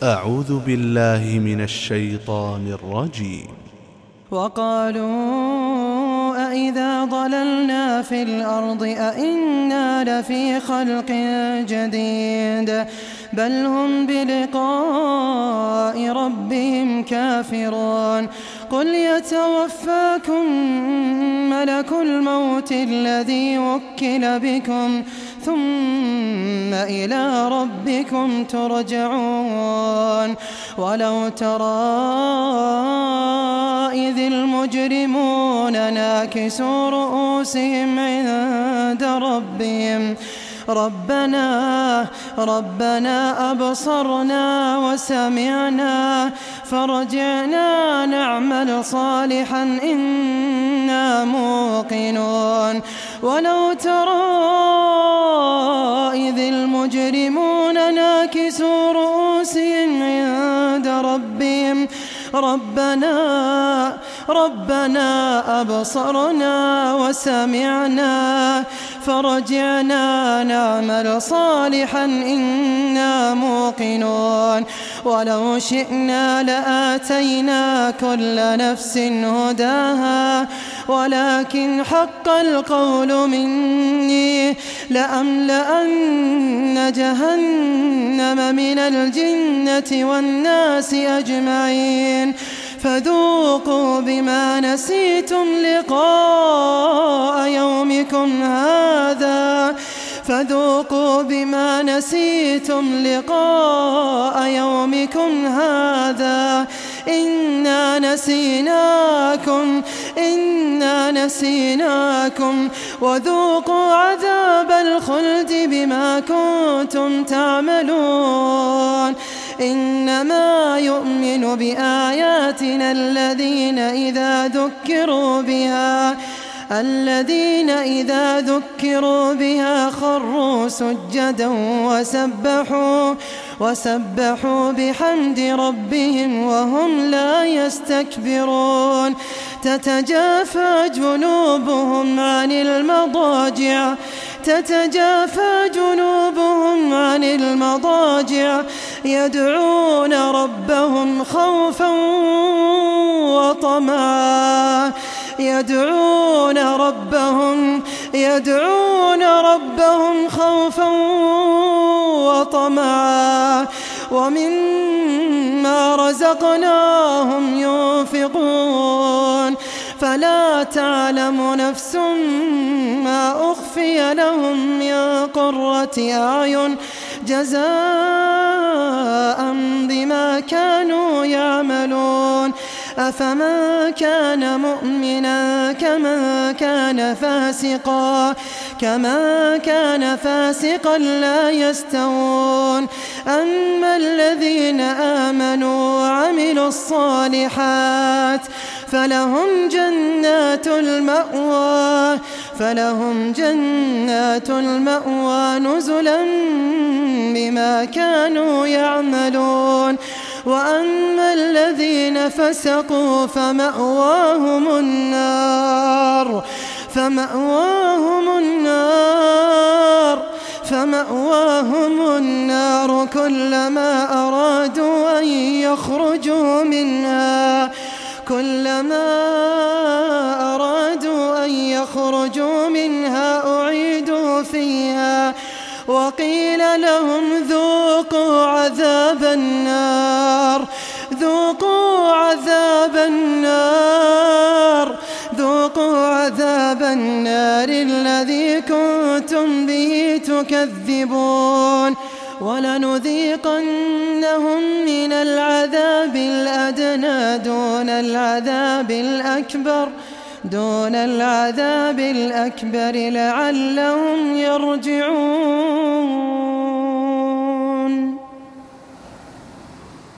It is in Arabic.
أعوذ بالله من الشيطان الرجيم. وقالوا أإذا ضللنا في الأرض أإنا لفي خلق جديد بل هم بلقاء ربهم كافرون. قل يتوفاكم ملك الموت الذي وكل بكم ثم إلى ربكم ترجعون. ولو ترى إذ المجرمون ناكسوا رؤوسهم عند ربهم ربنا أبصرنا وسمعنا فرجعنا نعمل صالحا إنا موقنون. ولو ترى إذ المجرمون ناكسوا رؤوسهم عند ربهم ربنا أبصرنا وسمعنا فرجعنا نعمل صالحا إنا موقنون. ولو شئنا لآتينا كل نفس هداها ولكن حق القول مني لأملأن جهنم من الجنة والناس أجمعين. فذوقوا بما نسيتم لقاء يومكم هذا إنا نسيناكم وذوقوا عذاب الخلد بما كنتم تعملون. إنما يؤمن بآياتنا الذين إذا ذكروا بها خروا سجدا وسبحوا بحمد ربهم وهم لا يستكبرون. تتجافى جنوبهم عن المضاجع يدعون ربهم خوفا وطمعا ومما رزقناهم ينفقون. فلا تعلم نفس ما أخفي لهم من قرة أعين جزاء بما كانوا يعملون. أفمن كان مؤمنا كمن كان فاسقا لا يستوون. أما الذين آمنوا وعملوا الصالحات فلهم جنات المأوى نزلا بما كانوا يعملون. وأما الذين فسقوا فمأواهم النار كلما أرادوا أن يخرجوا منها أعيدوا فيها وقيل لهم ذوقوا عذاب النار الذي كنتم به تكذبون. ولنذيقنهم من العذاب الأدنى دون العذاب الأكبر لعلهم يرجعون.